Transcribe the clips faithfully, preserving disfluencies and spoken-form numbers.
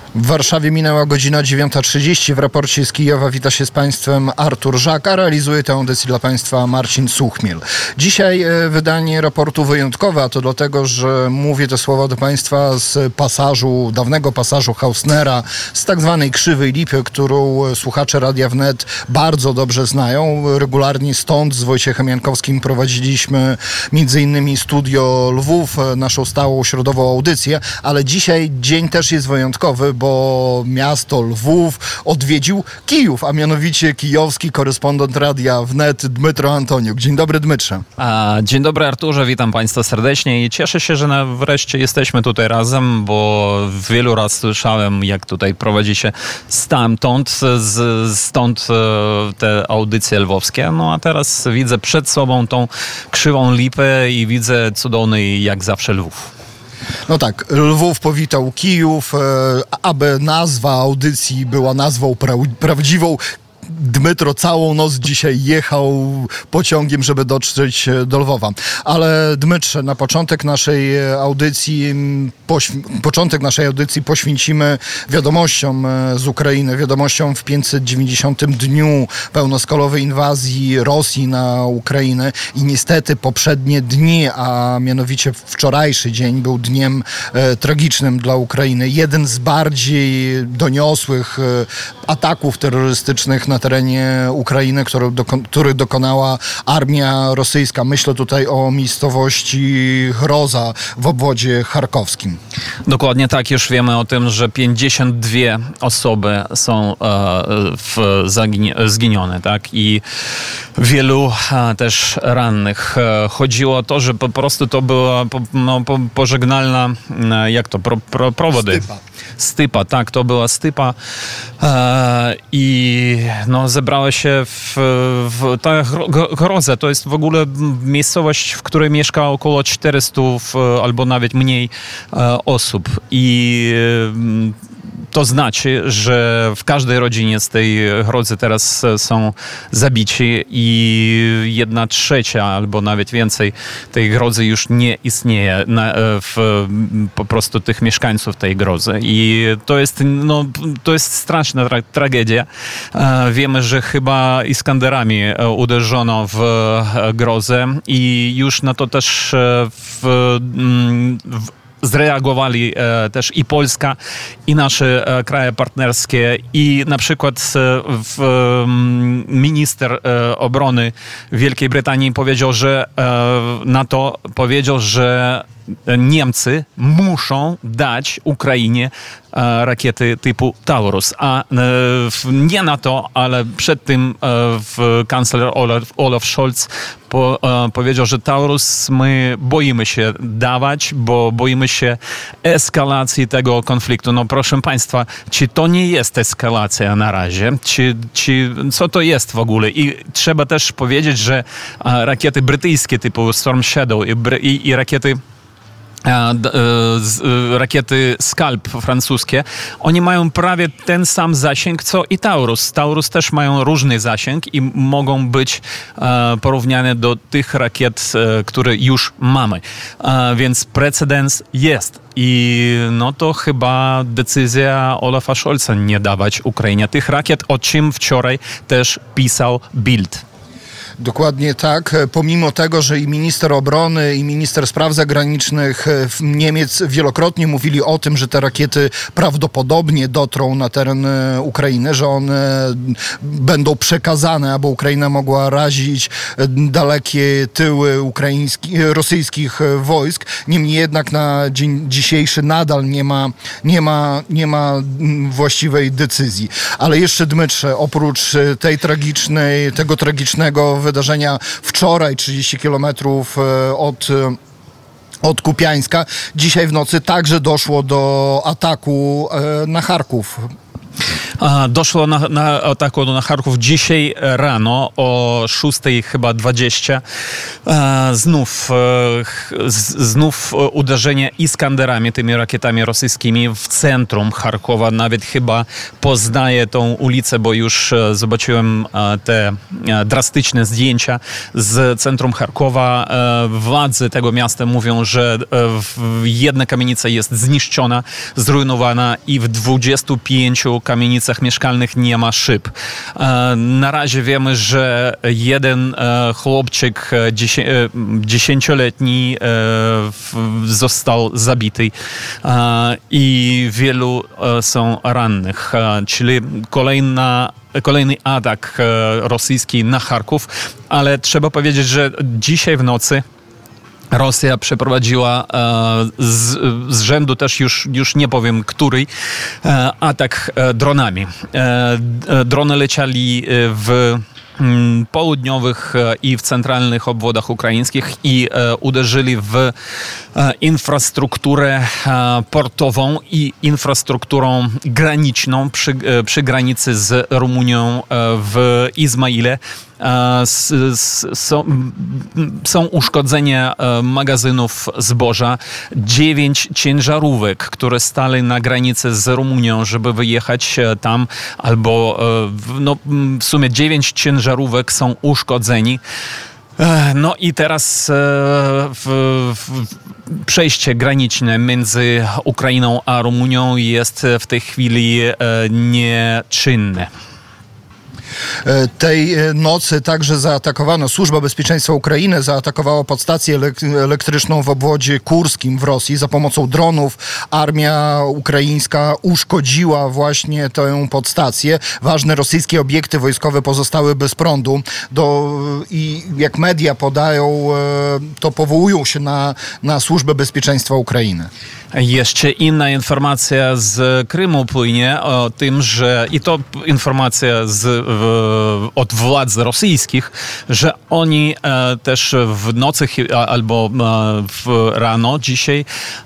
W Warszawie minęła godzina dziewiąta trzydzieści. W raporcie z Kijowa wita się z Państwem Artur Żak, a realizuje tę audycję dla Państwa Marcin Suchmiel. Dzisiaj wydanie raportu wyjątkowe, a to dlatego, że mówię te słowa do Państwa z pasażu, dawnego pasażu Hausnera, z tak zwanej Krzywej Lipy, którą słuchacze Radia Wnet bardzo dobrze znają. Regularnie stąd z Wojciechem Jankowskim prowadziliśmy między innymi Studio Lwów, naszą stałą środową audycję, ale dzisiaj dzień też jest wyjątkowy, bo miasto Lwów odwiedził Kijów, a mianowicie kijowski korespondent Radia Wnet Dmytro Antoniuk. Dzień dobry, Dmytrze. A, dzień dobry, Arturze, witam Państwa serdecznie i cieszę się, że na, wreszcie jesteśmy tutaj razem, bo wielu razy słyszałem, jak tutaj prowadzi się stamtąd, z, stąd te audycje lwowskie, no a teraz widzę przed sobą tą Krzywą Lipę i widzę cudowny jak zawsze Lwów. No tak, Lwów powitał Kijów, e, aby nazwa audycji była nazwą pra- prawdziwą. Dmytro całą noc dzisiaj jechał pociągiem, żeby dotrzeć do Lwowa. Ale Dmytrze, na początek naszej audycji pośw- początek naszej audycji poświęcimy wiadomościom z Ukrainy, wiadomościom w pięćset dziewięćdziesiątym dniu pełnoskalowej inwazji Rosji na Ukrainę i niestety poprzednie dni, a mianowicie wczorajszy dzień był dniem e, tragicznym dla Ukrainy. Jeden z bardziej doniosłych e, ataków terrorystycznych na terenie Ukrainy, który, doko- który dokonała armia rosyjska. Myślę tutaj o miejscowości Hroza w obwodzie charkowskim. Dokładnie tak, już wiemy o tym, że pięćdziesiąt dwie osoby są e, w, zagin- zginione, tak? I wielu e, też rannych. E, chodziło o to, że po prostu to była po, no, po, pożegnalna, e, jak to, pro, pro, prowody. Stypa. Stypa, tak, to była stypa e, i no, zebrała się w, w ta Hroza, to jest w ogóle miejscowość, w której mieszka około czterysta w, albo nawet mniej e, osób i e, to znaczy, że w każdej rodzinie z tej Hrodzy teraz są zabici i jedna trzecia albo nawet więcej tej Hrodzy już nie istnieje na, w, po prostu tych mieszkańców tej Hrodzy. I to jest, no, to jest straszna tra- tragedia. Wiemy, że chyba Iskanderami uderzono w Hrodzę i już na to też w, w zreagowali e, też i Polska, i nasze e, kraje partnerskie, i na przykład e, w, e, minister e, obrony Wielkiej Brytanii powiedział, że e, na to powiedział, że Niemcy muszą dać Ukrainie e, rakiety typu Taurus. A e, nie na to, ale przed tym e, w kancler Olaf, Olaf Scholz po, e, powiedział, że Taurus my boimy się dawać, bo boimy się eskalacji tego konfliktu. No proszę Państwa, czy to nie jest eskalacja na razie? Czy, czy, co to jest w ogóle? I trzeba też powiedzieć, że e, rakiety brytyjskie typu Storm Shadow i, i, i rakiety rakiety Scalp francuskie, oni mają prawie ten sam zasięg, co i Taurus. Taurus też mają różny zasięg i mogą być porównane do tych rakiet, które już mamy. Więc precedens jest. I no to chyba decyzja Olafa Scholza nie dawać Ukrainie tych rakiet, o czym wczoraj też pisał Bild. Dokładnie tak. Pomimo tego, że i minister obrony, i minister spraw zagranicznych Niemiec wielokrotnie mówili o tym, że te rakiety prawdopodobnie dotrą na teren Ukrainy, że one będą przekazane, aby Ukraina mogła razić dalekie tyły ukraińskich, rosyjskich wojsk. Niemniej jednak na dzień dzisiejszy nadal nie ma, nie ma, nie ma właściwej decyzji. Ale jeszcze, Dmytrze, oprócz tej tragicznej, tego tragicznego wydarzenia wczoraj, trzydzieści kilometrów od, od Kupiańska, dzisiaj w nocy także doszło do ataku na Charków. Doszło na, na ataku na Charków dzisiaj rano o szóstej chyba dwadzieścia. Znów, znów uderzenie Iskanderami, tymi rakietami rosyjskimi w centrum Charkowa. Nawet chyba poznaję tą ulicę, bo już zobaczyłem te drastyczne zdjęcia z centrum Charkowa. Władze tego miasta mówią, że jedna kamienica jest zniszczona, zrujnowana i w dwudziestu pięciu kamienicach mieszkalnych nie ma szyb. Na razie wiemy, że jeden chłopczyk dziesięcioletni został zabity i wielu są rannych, czyli kolejna Kolejny atak rosyjski na Charków, ale trzeba powiedzieć, że dzisiaj w nocy Rosja przeprowadziła e, z, z rzędu też już, już nie powiem który, e, atak e, dronami. E, drony lecieli w m, południowych e, i w centralnych obwodach ukraińskich i e, uderzyli w e, infrastrukturę e, portową i infrastrukturą graniczną przy, e, przy granicy z Rumunią e, w Izmaile. Są, są uszkodzenia magazynów zboża, dziewięć ciężarówek, które stały na granicy z Rumunią, żeby wyjechać tam, albo no, w sumie dziewięć ciężarówek są uszkodzeni. No i teraz w, w, przejście graniczne między Ukrainą a Rumunią jest w tej chwili nieczynne. Tej nocy także zaatakowano, Służba Bezpieczeństwa Ukrainy zaatakowała podstację elektryczną w obwodzie kurskim w Rosji za pomocą dronów. Armia ukraińska uszkodziła właśnie tę podstację. Ważne rosyjskie obiekty wojskowe pozostały bez prądu. Do, i jak media podają, to powołują się na, na Służbę Bezpieczeństwa Ukrainy. Jeszcze inna informacja z Krymu płynie o tym, że i to informacja z, w, od władz rosyjskich, że oni e, też w nocy albo e, w rano dzisiaj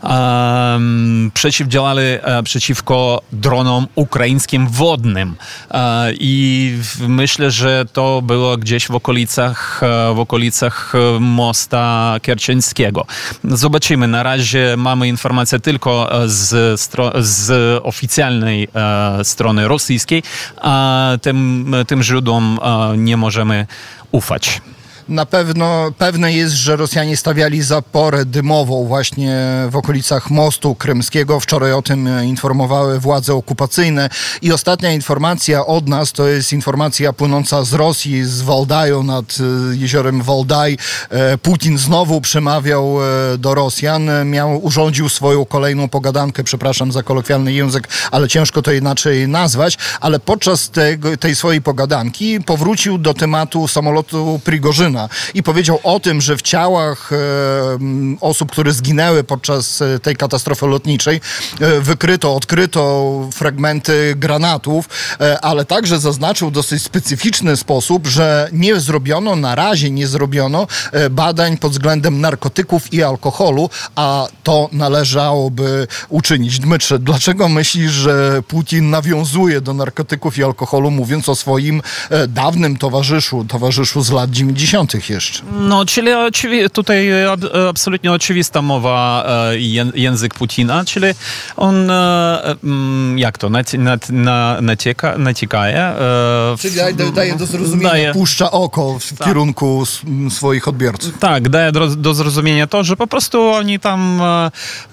e, przeciwdziałali e, przeciwko dronom ukraińskim wodnym. E, I myślę, że to było gdzieś w okolicach, w okolicach mosta Kerczeńskiego. Zobaczymy. Na razie mamy informację tylko z, z oficjalnej e, strony rosyjskiej, a tym, tym źródłom e, nie możemy ufać. Na pewno pewne jest, że Rosjanie stawiali zaporę dymową właśnie w okolicach mostu krymskiego. Wczoraj o tym informowały władze okupacyjne. I ostatnia informacja od nas to jest informacja płynąca z Rosji, z Waldaju nad jeziorem Waldaj. Putin znowu przemawiał do Rosjan. Miał, urządził swoją kolejną pogadankę, przepraszam za kolokwialny język, ale ciężko to inaczej nazwać. Ale podczas tego, tej swojej pogadanki powrócił do tematu samolotu Prigorzyna i powiedział o tym, że w ciałach e, osób, które zginęły podczas tej katastrofy lotniczej e, wykryto, odkryto fragmenty granatów, e, ale także zaznaczył w dosyć specyficzny sposób, że nie zrobiono, na razie nie zrobiono e, badań pod względem narkotyków i alkoholu, a to należałoby uczynić. Dmytrze, dlaczego myślisz, że Putin nawiązuje do narkotyków i alkoholu, mówiąc o swoim e, dawnym towarzyszu, towarzyszu z lat dziewięćdziesiątych jeszcze? No, czyli oczywi- tutaj ab- absolutnie oczywista mowa e, język Putina, czyli on e, jak to, naci- nat- na- nacieka, naciekaje. E, czyli daje, daje do zrozumienia, daje, puszcza oko w tak. kierunku swoich odbiorców. Tak, daje do, do zrozumienia to, że po prostu oni tam e,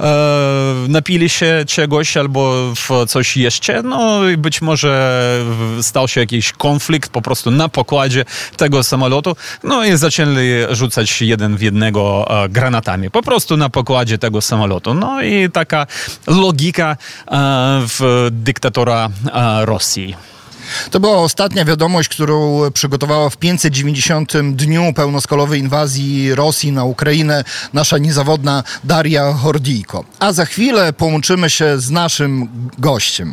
napili się czegoś albo w coś jeszcze, no i być może stał się jakiś konflikt po prostu na pokładzie tego samolotu, no i zaczęli rzucać jeden w jednego e, granatami. Po prostu na pokładzie tego samolotu. No i taka logika e, w dyktatora e, Rosji. To była ostatnia wiadomość, którą przygotowała w pięćset dziewięćdziesiątym dniu pełnoskalowej inwazji Rosji na Ukrainę nasza niezawodna Daria Hordijko. A za chwilę połączymy się z naszym gościem.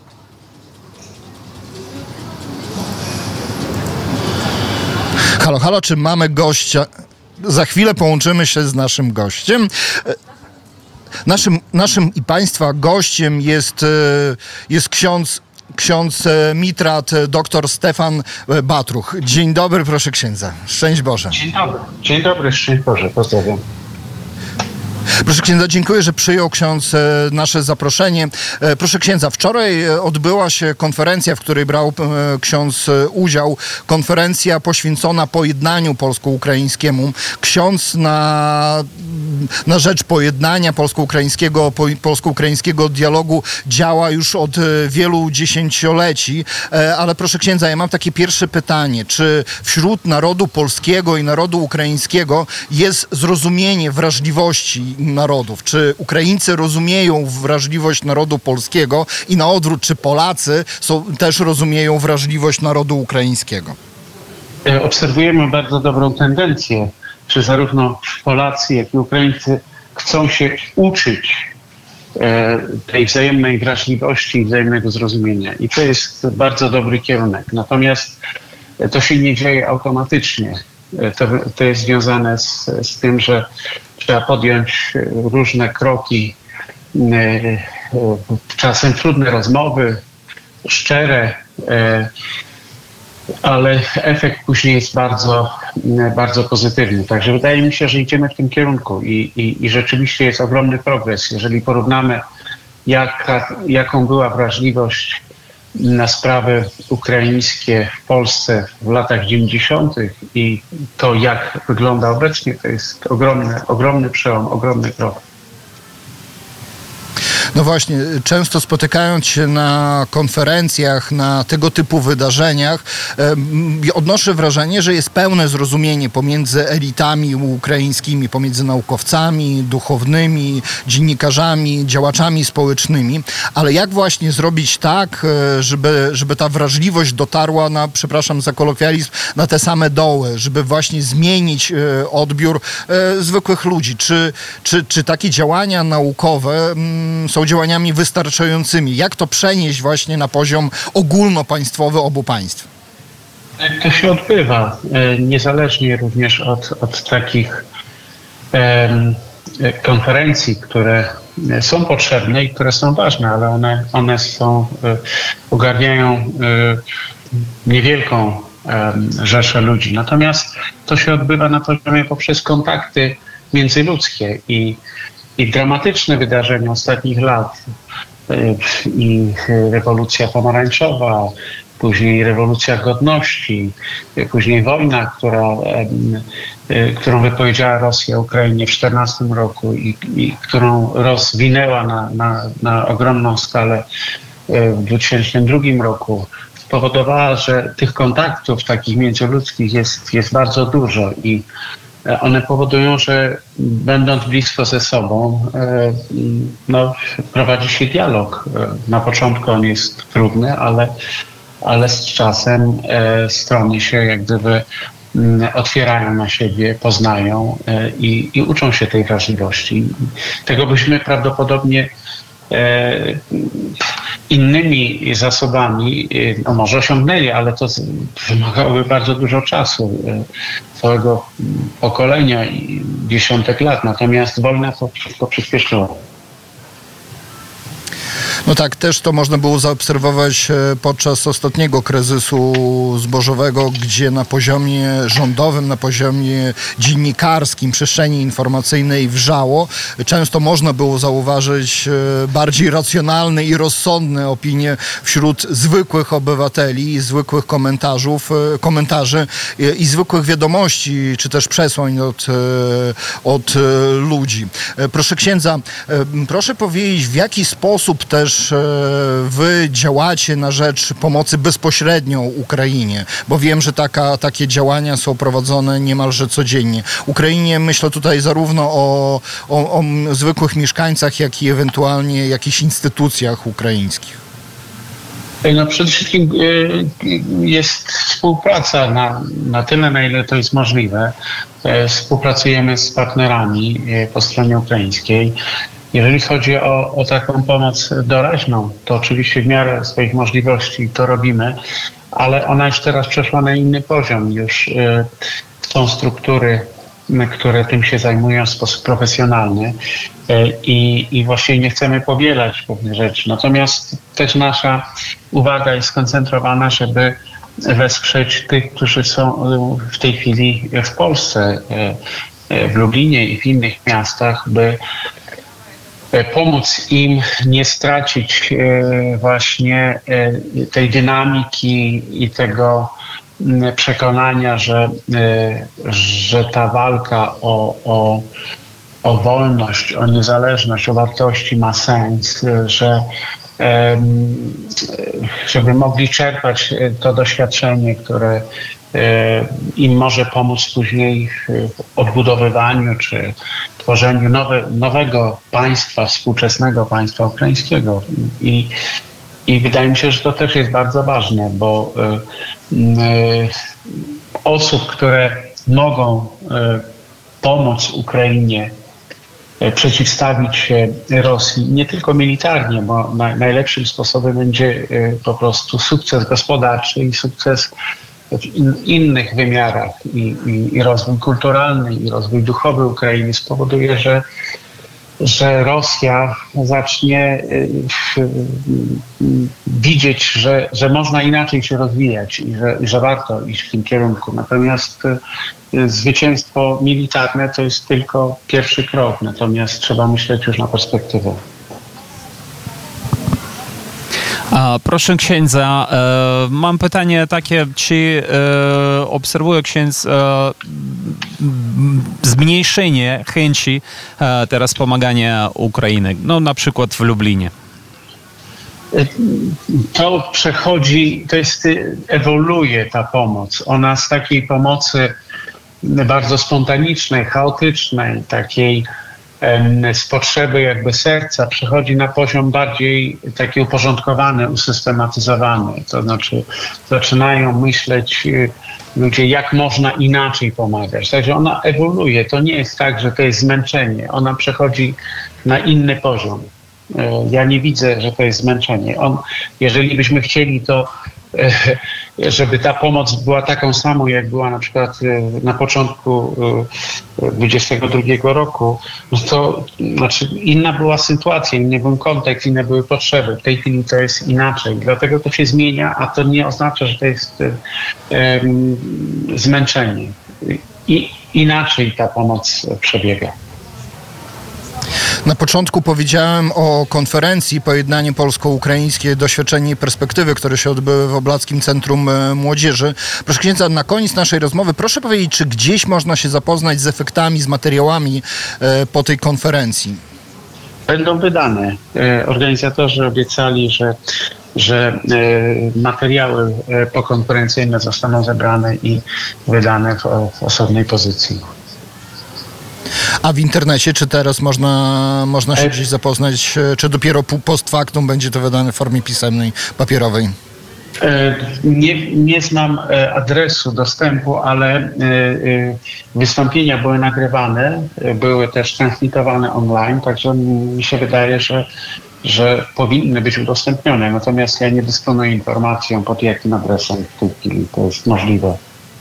Halo, halo, czy mamy gościa? Za chwilę połączymy się z naszym gościem. Naszym, naszym i Państwa gościem jest, jest ksiądz ksiądz mitrat dr Stefan Batruch. Dzień dobry, proszę księdza. Szczęść Boże. Dzień dobry. Dzień dobry, szczęść Boże. Pozdrawiam. Proszę księdza, dziękuję, że przyjął ksiądz nasze zaproszenie. Proszę księdza, wczoraj odbyła się konferencja, w której brał ksiądz udział. Konferencja poświęcona pojednaniu polsko-ukraińskiemu. Ksiądz na, na rzecz pojednania polsko-ukraińskiego, polsko-ukraińskiego dialogu działa już od wielu dziesięcioleci. Ale proszę księdza, ja mam takie pierwsze pytanie. Czy wśród narodu polskiego i narodu ukraińskiego jest zrozumienie wrażliwości narodów? Czy Ukraińcy rozumieją wrażliwość narodu polskiego i na odwrót, czy Polacy są, też rozumieją wrażliwość narodu ukraińskiego? Obserwujemy bardzo dobrą tendencję, że zarówno Polacy, jak i Ukraińcy chcą się uczyć tej wzajemnej wrażliwości i wzajemnego zrozumienia. I to jest bardzo dobry kierunek. Natomiast to się nie dzieje automatycznie. To, to jest związane z, z tym, że trzeba podjąć różne kroki, czasem trudne rozmowy, szczere, ale efekt później jest bardzo, bardzo pozytywny. Także wydaje mi się, że idziemy w tym kierunku i, i, i rzeczywiście jest ogromny progres. Jeżeli porównamy, jaka, jaką była wrażliwość na sprawy ukraińskie w Polsce w latach dziewięćdziesiątych i to, jak wygląda obecnie, to jest ogromny, ogromny przełom, ogromny krok. No właśnie, często spotykając się na konferencjach, na tego typu wydarzeniach, eh, odnoszę wrażenie, że jest pełne zrozumienie pomiędzy elitami ukraińskimi, pomiędzy naukowcami, duchownymi, dziennikarzami, działaczami społecznymi, ale jak właśnie zrobić tak, żeby, żeby ta wrażliwość dotarła na, przepraszam za kolokwializm, na te same doły, żeby właśnie zmienić eh, odbiór eh, zwykłych ludzi. Czy, czy, czy takie działania naukowe mm, są działaniami wystarczającymi? Jak to przenieść właśnie na poziom ogólnopaństwowy obu państw? To się odbywa, niezależnie również od, od takich um, konferencji, które są potrzebne i które są ważne, ale one, one są, ogarniają niewielką rzeszę ludzi. Natomiast to się odbywa na poziomie poprzez kontakty międzyludzkie i I dramatyczne wydarzenia ostatnich lat, i rewolucja pomarańczowa, później rewolucja godności, później wojna, która, którą wypowiedziała Rosja Ukrainie w tysiąc dziewięćset czternastym roku i, i którą rozwinęła na, na, na ogromną skalę w dwa tysiące drugim roku, spowodowała, że tych kontaktów takich międzyludzkich jest, jest bardzo dużo i one powodują, że będąc blisko ze sobą, no, prowadzi się dialog. Na początku on jest trudny, ale, ale z czasem strony się jak gdyby otwierają na siebie, poznają i, i uczą się tej wrażliwości. Tego byśmy prawdopodobnie innymi zasobami, no może osiągnęli, ale to wymagałoby bardzo dużo czasu, całego pokolenia i dziesiątek lat. Natomiast wojna to wszystko przyspieszyła. No tak, też to można było zaobserwować podczas ostatniego kryzysu zbożowego, gdzie na poziomie rządowym, na poziomie dziennikarskim, przestrzeni informacyjnej wrzało. Często można było zauważyć bardziej racjonalne i rozsądne opinie wśród zwykłych obywateli, zwykłych komentarzów, komentarzy i zwykłych wiadomości, czy też przesłań od, od ludzi. Proszę księdza, proszę powiedzieć, w jaki sposób też wy działacie na rzecz pomocy bezpośrednio Ukrainie, bo wiem, że taka, takie działania są prowadzone niemalże codziennie. Ukrainie myślę tutaj zarówno o, o, o zwykłych mieszkańcach, jak i ewentualnie jakichś instytucjach ukraińskich. No przede wszystkim jest współpraca na, na tyle, na ile to jest możliwe. Współpracujemy z partnerami po stronie ukraińskiej. Jeżeli chodzi o, o taką pomoc doraźną, to oczywiście w miarę swoich możliwości to robimy, ale ona już teraz przeszła na inny poziom. Już y, są struktury, które tym się zajmują w sposób profesjonalny y, i, i właściwie nie chcemy powielać pewnych rzeczy. Natomiast też nasza uwaga jest skoncentrowana, żeby wesprzeć tych, którzy są w tej chwili w Polsce, w Lublinie i w innych miastach, by pomóc im nie stracić właśnie tej dynamiki i tego przekonania, że, że ta walka o, o, o wolność, o niezależność, o wartości ma sens, że żeby mogli czerpać to doświadczenie, które im może pomóc później w odbudowywaniu czy tworzeniu nowe, nowego państwa, współczesnego państwa ukraińskiego. I, I wydaje mi się, że to też jest bardzo ważne, bo y, y, osób, które mogą y, pomóc Ukrainie przeciwstawić się Rosji, nie tylko militarnie, bo na, najlepszym sposobem będzie y, po prostu sukces gospodarczy i sukces w in, innych wymiarach i, i, i rozwój kulturalny, i rozwój duchowy Ukrainy spowoduje, że, że Rosja zacznie y, y, widzieć, że, że można inaczej się rozwijać i że, że warto iść w tym kierunku. Natomiast y, zwycięstwo militarne to jest tylko pierwszy krok, natomiast trzeba myśleć już na perspektywę. Proszę księdza, mam pytanie takie, czy obserwuje ksiądz zmniejszenie chęci teraz pomagania Ukrainy, no na przykład w Lublinie? To przechodzi, to jest, ewoluuje ta pomoc. Ona z takiej pomocy bardzo spontanicznej, chaotycznej, takiej z potrzeby jakby serca przechodzi na poziom bardziej taki uporządkowany, usystematyzowany. To znaczy zaczynają myśleć ludzie, jak można inaczej pomagać. Także ona ewoluuje. To nie jest tak, że to jest zmęczenie. Ona przechodzi na inny poziom. Ja nie widzę, że to jest zmęczenie. On, jeżeli byśmy chcieli, to żeby ta pomoc była taką samą, jak była na przykład na początku dwudziestego drugiego roku, no to znaczy inna była sytuacja, inny był kontekst, inne były potrzeby. W tej chwili to jest inaczej. Dlatego to się zmienia, a to nie oznacza, że to jest um, zmęczenie. I inaczej ta pomoc przebiega. Na początku powiedziałem o konferencji Pojednanie Polsko-Ukraińskie, Doświadczenie i Perspektywy, które się odbyły w Oblackim Centrum Młodzieży. Proszę księdza, na koniec naszej rozmowy proszę powiedzieć, czy gdzieś można się zapoznać z efektami, z materiałami e, po tej konferencji? Będą wydane. Organizatorzy obiecali, że, że materiały pokonferencyjne zostaną zebrane i wydane w, w osobnej pozycji. A w internecie, czy teraz można, można się gdzieś zapoznać, czy dopiero post factum będzie to wydane w formie pisemnej, papierowej? Nie, nie znam adresu dostępu, ale wystąpienia były nagrywane, były też transmitowane online, także mi się wydaje, że, że powinny być udostępnione. Natomiast ja nie dysponuję informacją, pod jakim adresem w tej chwili to jest możliwe.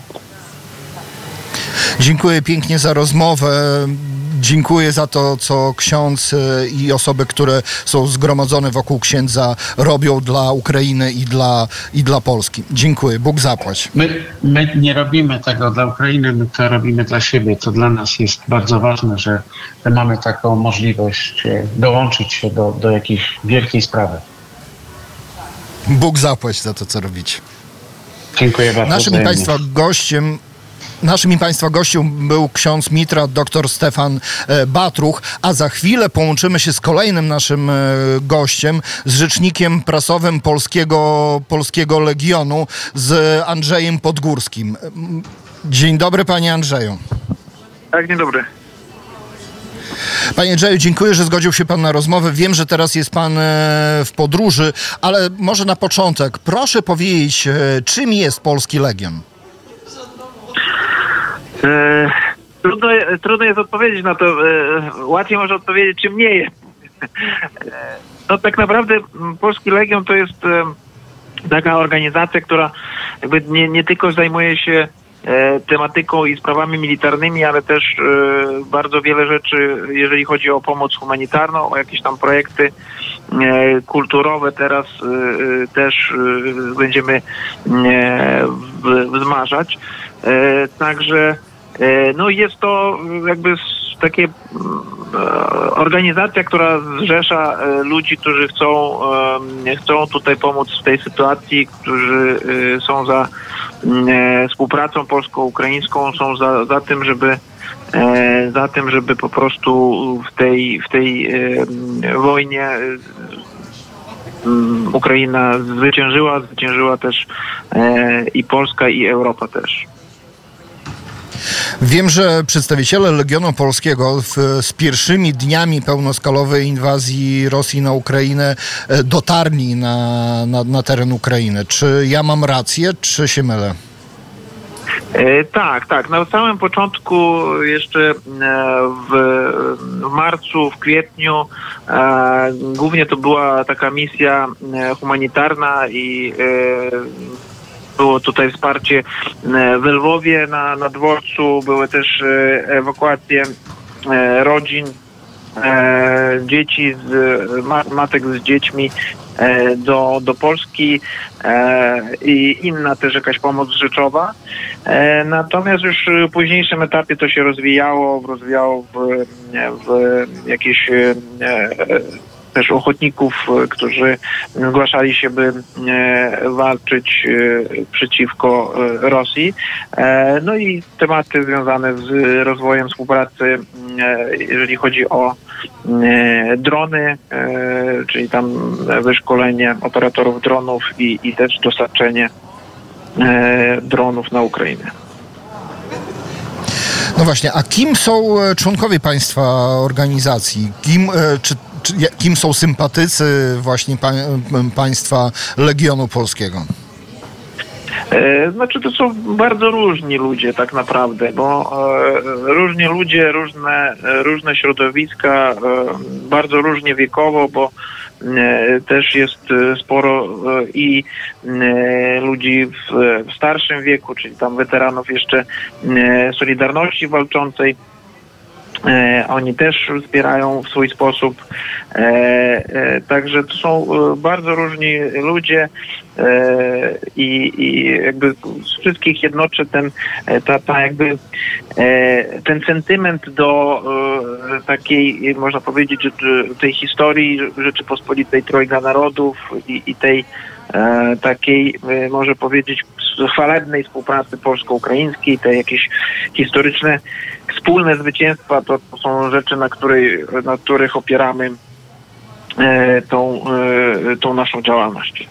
Dziękuję pięknie za rozmowę. Dziękuję za to, co ksiądz i osoby, które są zgromadzone wokół księdza, robią dla Ukrainy i dla, i dla Polski. Dziękuję. Bóg zapłać. My, my nie robimy tego dla Ukrainy, my to robimy dla siebie. To dla nas jest bardzo ważne, że mamy taką możliwość dołączyć się do, do jakiejś wielkiej sprawy. Bóg zapłać za to, co robicie. Dziękuję bardzo. Naszym i Państwa gościem Naszym i Państwa gościem był ksiądz mitrat dr Stefan Batruch, a za chwilę połączymy się z kolejnym naszym gościem, z rzecznikiem prasowym Polskiego, Polskiego Legionu, z Andrzejem Podgórskim. Dzień dobry, panie Andrzeju. Tak, dzień dobry. Panie Andrzeju, dziękuję, że zgodził się pan na rozmowę. Wiem, że teraz jest pan w podróży, ale może na początek proszę powiedzieć, czym jest Polski Legion? E, trudno, trudno jest odpowiedzieć na to. E, łatwiej może odpowiedzieć, czym nie jest. E, no tak naprawdę Polski Legion to jest e, taka organizacja, która jakby nie, nie tylko zajmuje się tematyką i sprawami militarnymi, ale też bardzo wiele rzeczy, jeżeli chodzi o pomoc humanitarną, o jakieś tam projekty kulturowe teraz też będziemy wzmażać. Także no jest to jakby takie organizacja, która zrzesza ludzi, którzy chcą, chcą tutaj pomóc w tej sytuacji, którzy są za współpracą polsko-ukraińską, są za, za tym, żeby za tym, żeby po prostu w tej, w tej wojnie Ukraina zwyciężyła, zwyciężyła też i Polska, i Europa też. Wiem, że przedstawiciele Legionu Polskiego w, z pierwszymi dniami pełnoskalowej inwazji Rosji na Ukrainę dotarli na, na, na teren Ukrainy. Czy ja mam rację, czy się mylę? E, tak, tak. Na samym początku, jeszcze w, w marcu, w kwietniu, e, głównie to była taka misja humanitarna i e, było tutaj wsparcie w Lwowie na, na dworcu, były też ewakuacje rodzin, dzieci, z, matek z dziećmi do, do Polski i inna też jakaś pomoc rzeczowa. Natomiast już w późniejszym etapie to się rozwijało, rozwijało w, w jakieś też ochotników, którzy zgłaszali się, by walczyć przeciwko Rosji. No i tematy związane z rozwojem współpracy, jeżeli chodzi o drony, czyli tam wyszkolenie operatorów dronów i, i też dostarczenie dronów na Ukrainę. No właśnie, a kim są członkowie państwa organizacji? Kim, czy, czy, kim są sympatycy właśnie pa, państwa Legionu Polskiego? Znaczy to są bardzo różni ludzie tak naprawdę, bo e, różni ludzie, różne, różne środowiska, e, bardzo różnie wiekowo, bo e, też jest sporo e, i e, ludzi w, w starszym wieku, czyli tam weteranów jeszcze e, Solidarności Walczącej. E, oni też wspierają w swój sposób. E, e, także to są bardzo różni ludzie e, i, i jakby z wszystkich jednoczy ten, ta, ta jakby e, ten sentyment do e, takiej, można powiedzieć, że tej historii Rzeczypospolitej Trojga Narodów i, i tej e, takiej, e, może powiedzieć, chwalebnej współpracy polsko-ukraińskiej, te jakieś historyczne wspólne zwycięstwa, to, to są rzeczy, na, której, na których opieramy e, tą, e, tą naszą działalność.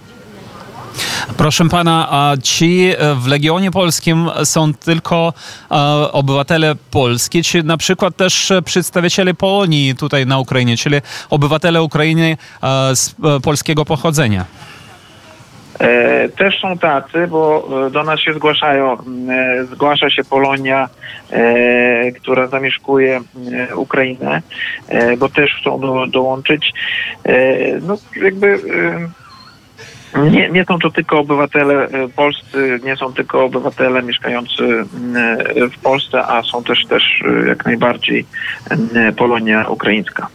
Proszę pana, a ci w Legionie Polskim są tylko e, obywatele polskie, czy na przykład też przedstawiciele Polonii tutaj na Ukrainie, czyli obywatele Ukrainy e, z e, polskiego pochodzenia? E, też są tacy, bo do nas się zgłaszają, e, zgłasza się Polonia, e, która zamieszkuje e, Ukrainę, e, bo też chcą do, dołączyć. E, no jakby e, nie, nie są to tylko obywatele polscy, nie są tylko obywatele mieszkający e, w Polsce, a są też też jak najbardziej e, Polonia ukraińska.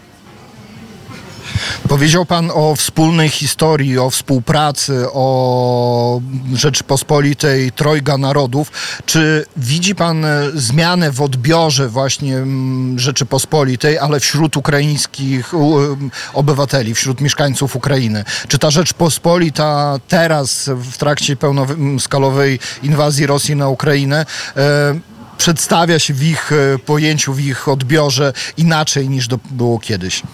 Powiedział pan o wspólnej historii, o współpracy, o Rzeczypospolitej Trojga Narodów. Czy widzi pan zmianę w odbiorze właśnie Rzeczypospolitej, ale wśród ukraińskich obywateli, wśród mieszkańców Ukrainy? Czy ta Rzeczpospolita teraz w trakcie pełnoskalowej inwazji Rosji na Ukrainę e, przedstawia się w ich pojęciu, w ich odbiorze inaczej niż to było kiedyś?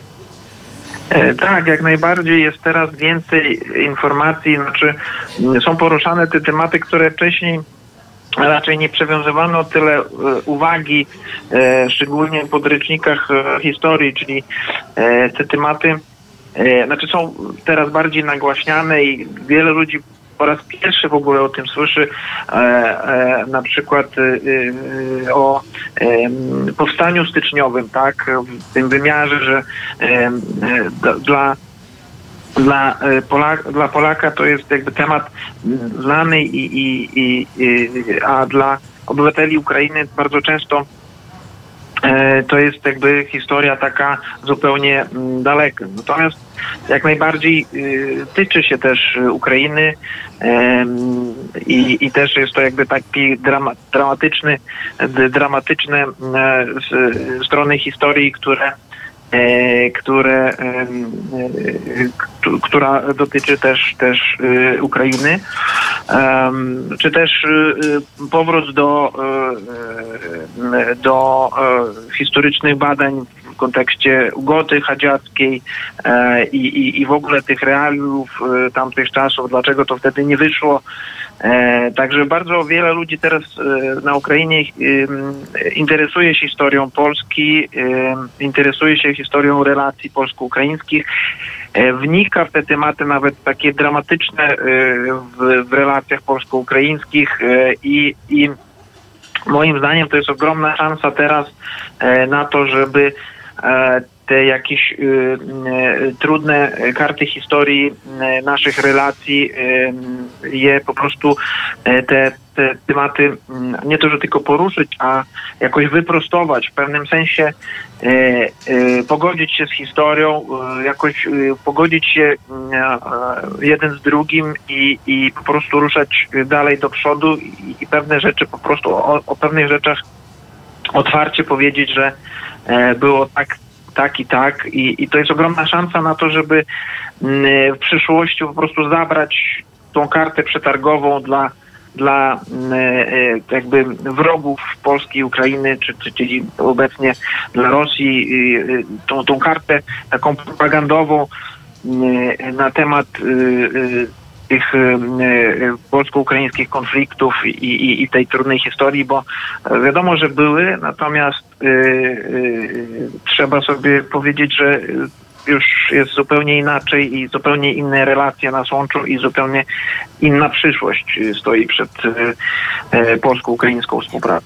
Tak, jak najbardziej jest teraz więcej informacji, znaczy są poruszane te tematy, które wcześniej raczej nie przywiązywano tyle uwagi, szczególnie w podręcznikach historii, czyli te tematy, znaczy są teraz bardziej nagłaśniane i wiele ludzi po raz pierwszy w ogóle o tym słyszy, e, e, na przykład e, o e, powstaniu styczniowym, tak, w tym wymiarze, że e, d, dla dla, Polak, dla Polaka to jest jakby temat znany, i, i, i, i, a dla obywateli Ukrainy bardzo często to jest jakby historia taka zupełnie daleka. Natomiast jak najbardziej tyczy się też Ukrainy i, i też jest to jakby taki drama, dramatyczny, dramatyczne strony historii, które które, która dotyczy też, też Ukrainy, czy też powrót do, do historycznych badań w kontekście ugody chadziackiej i, i, i w ogóle tych realiów tamtych czasów, dlaczego to wtedy nie wyszło. Także bardzo wiele ludzi teraz na Ukrainie interesuje się historią Polski, interesuje się historią relacji polsko-ukraińskich, wnika w te tematy nawet takie dramatyczne w, w relacjach polsko-ukraińskich i, i moim zdaniem to jest ogromna szansa teraz na to, żeby te jakieś y, y, trudne karty historii y, naszych relacji, y, je po prostu y, te, te tematy y, nie to, że tylko poruszyć, a jakoś wyprostować, w pewnym sensie y, y, pogodzić się z historią, y, jakoś y, pogodzić się y, jeden z drugim i, i po prostu ruszać dalej do przodu i, i pewne rzeczy po prostu o, o pewnych rzeczach otwarcie powiedzieć, że y, było tak tak i tak i, i to jest ogromna szansa na to, żeby w przyszłości po prostu zabrać tą kartę przetargową dla, dla jakby wrogów Polski i Ukrainy, czy, czy, czyli obecnie dla Rosji, tą, tą kartę taką propagandową na temat tych polsko-ukraińskich konfliktów i, i, i tej trudnej historii, bo wiadomo, że były, natomiast y, y, trzeba sobie powiedzieć, że już jest zupełnie inaczej i zupełnie inne relacje nas łączą i zupełnie inna przyszłość stoi przed y, y, polsko-ukraińską współpracą.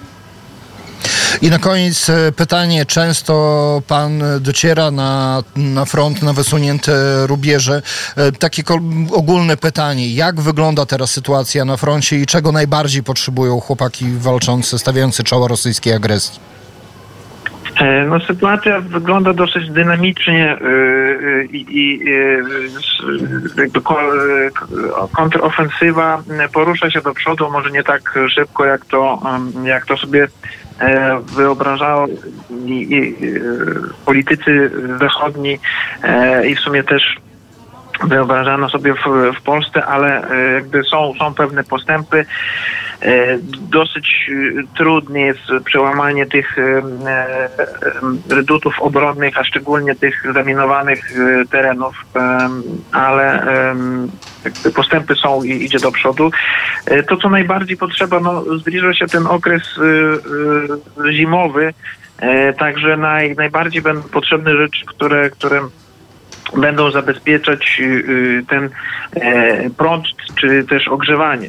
I na koniec pytanie. Często pan dociera na, na front, na wysunięte rubieże. Takie ogólne pytanie. Jak wygląda teraz sytuacja na froncie i czego najbardziej potrzebują chłopaki walczący, stawiający czoła rosyjskiej agresji? No, sytuacja wygląda dosyć dynamicznie i, i jakby kontrofensywa porusza się do przodu, może nie tak szybko, jak to, jak to sobie wyobrażało i, i, politycy zachodni i w sumie też wyobrażano sobie w, w Polsce, ale jakby są, są pewne postępy. Dosyć trudne jest przełamanie tych redutów obronnych, a szczególnie tych zaminowanych terenów, ale postępy są i idzie do przodu. To, co najbardziej potrzeba, no zbliża się ten okres zimowy, także naj, najbardziej będą potrzebne rzeczy, które, które będą zabezpieczać ten prąd, czy też ogrzewanie.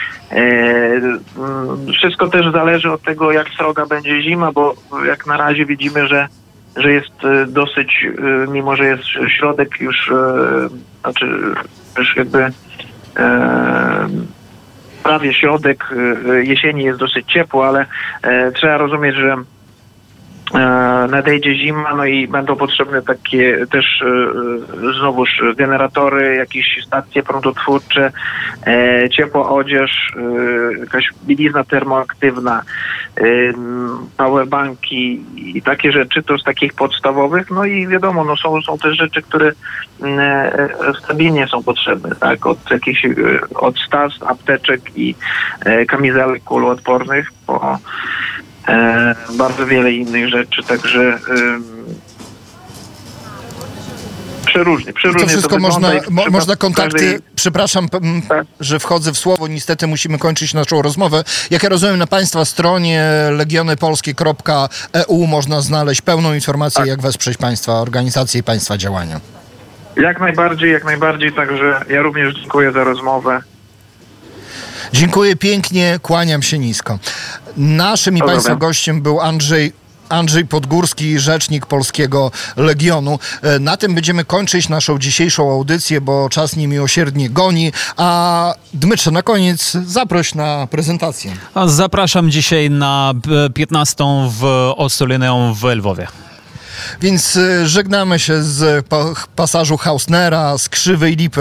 Wszystko też zależy od tego, jak sroga będzie zima, bo jak na razie widzimy, że, że jest dosyć, mimo że jest środek już, znaczy już jakby prawie środek jesieni, jest dosyć ciepło, ale trzeba rozumieć, że nadejdzie zima, no i będą potrzebne takie też znowuż generatory, jakieś stacje prądotwórcze, ciepła odzież, jakaś bielizna termoaktywna, powerbanki i takie rzeczy, to z takich podstawowych. No i wiadomo, no są, są też rzeczy, które stabilnie są potrzebne, tak, od jakichś od stas, apteczek i kamizelek kuloodpornych po E, bardzo wiele innych rzeczy, także e, przeróżnie, przeróżnie. To wszystko to można, mo, można kontakty, każdej... przepraszam, tak, że wchodzę w słowo, niestety musimy kończyć naszą rozmowę. Jak ja rozumiem, na państwa stronie legionypolskie kropka e u można znaleźć pełną informację, tak, jak wesprzeć państwa organizacje i państwa działania. Jak najbardziej, jak najbardziej, także ja również dziękuję za rozmowę. Dziękuję pięknie, kłaniam się nisko. Naszym i państwa gościem był Andrzej Andrzej Podgórski, rzecznik Polskiego Legionu. Na tym będziemy kończyć naszą dzisiejszą audycję, bo czas niemiłosiernie goni. A Dmytrze, na koniec zaproś na prezentację. A zapraszam dzisiaj na piętnastą w Ossolineum w Lwowie. Więc żegnamy się z pasażu Hausnera, z Krzywej Lipy.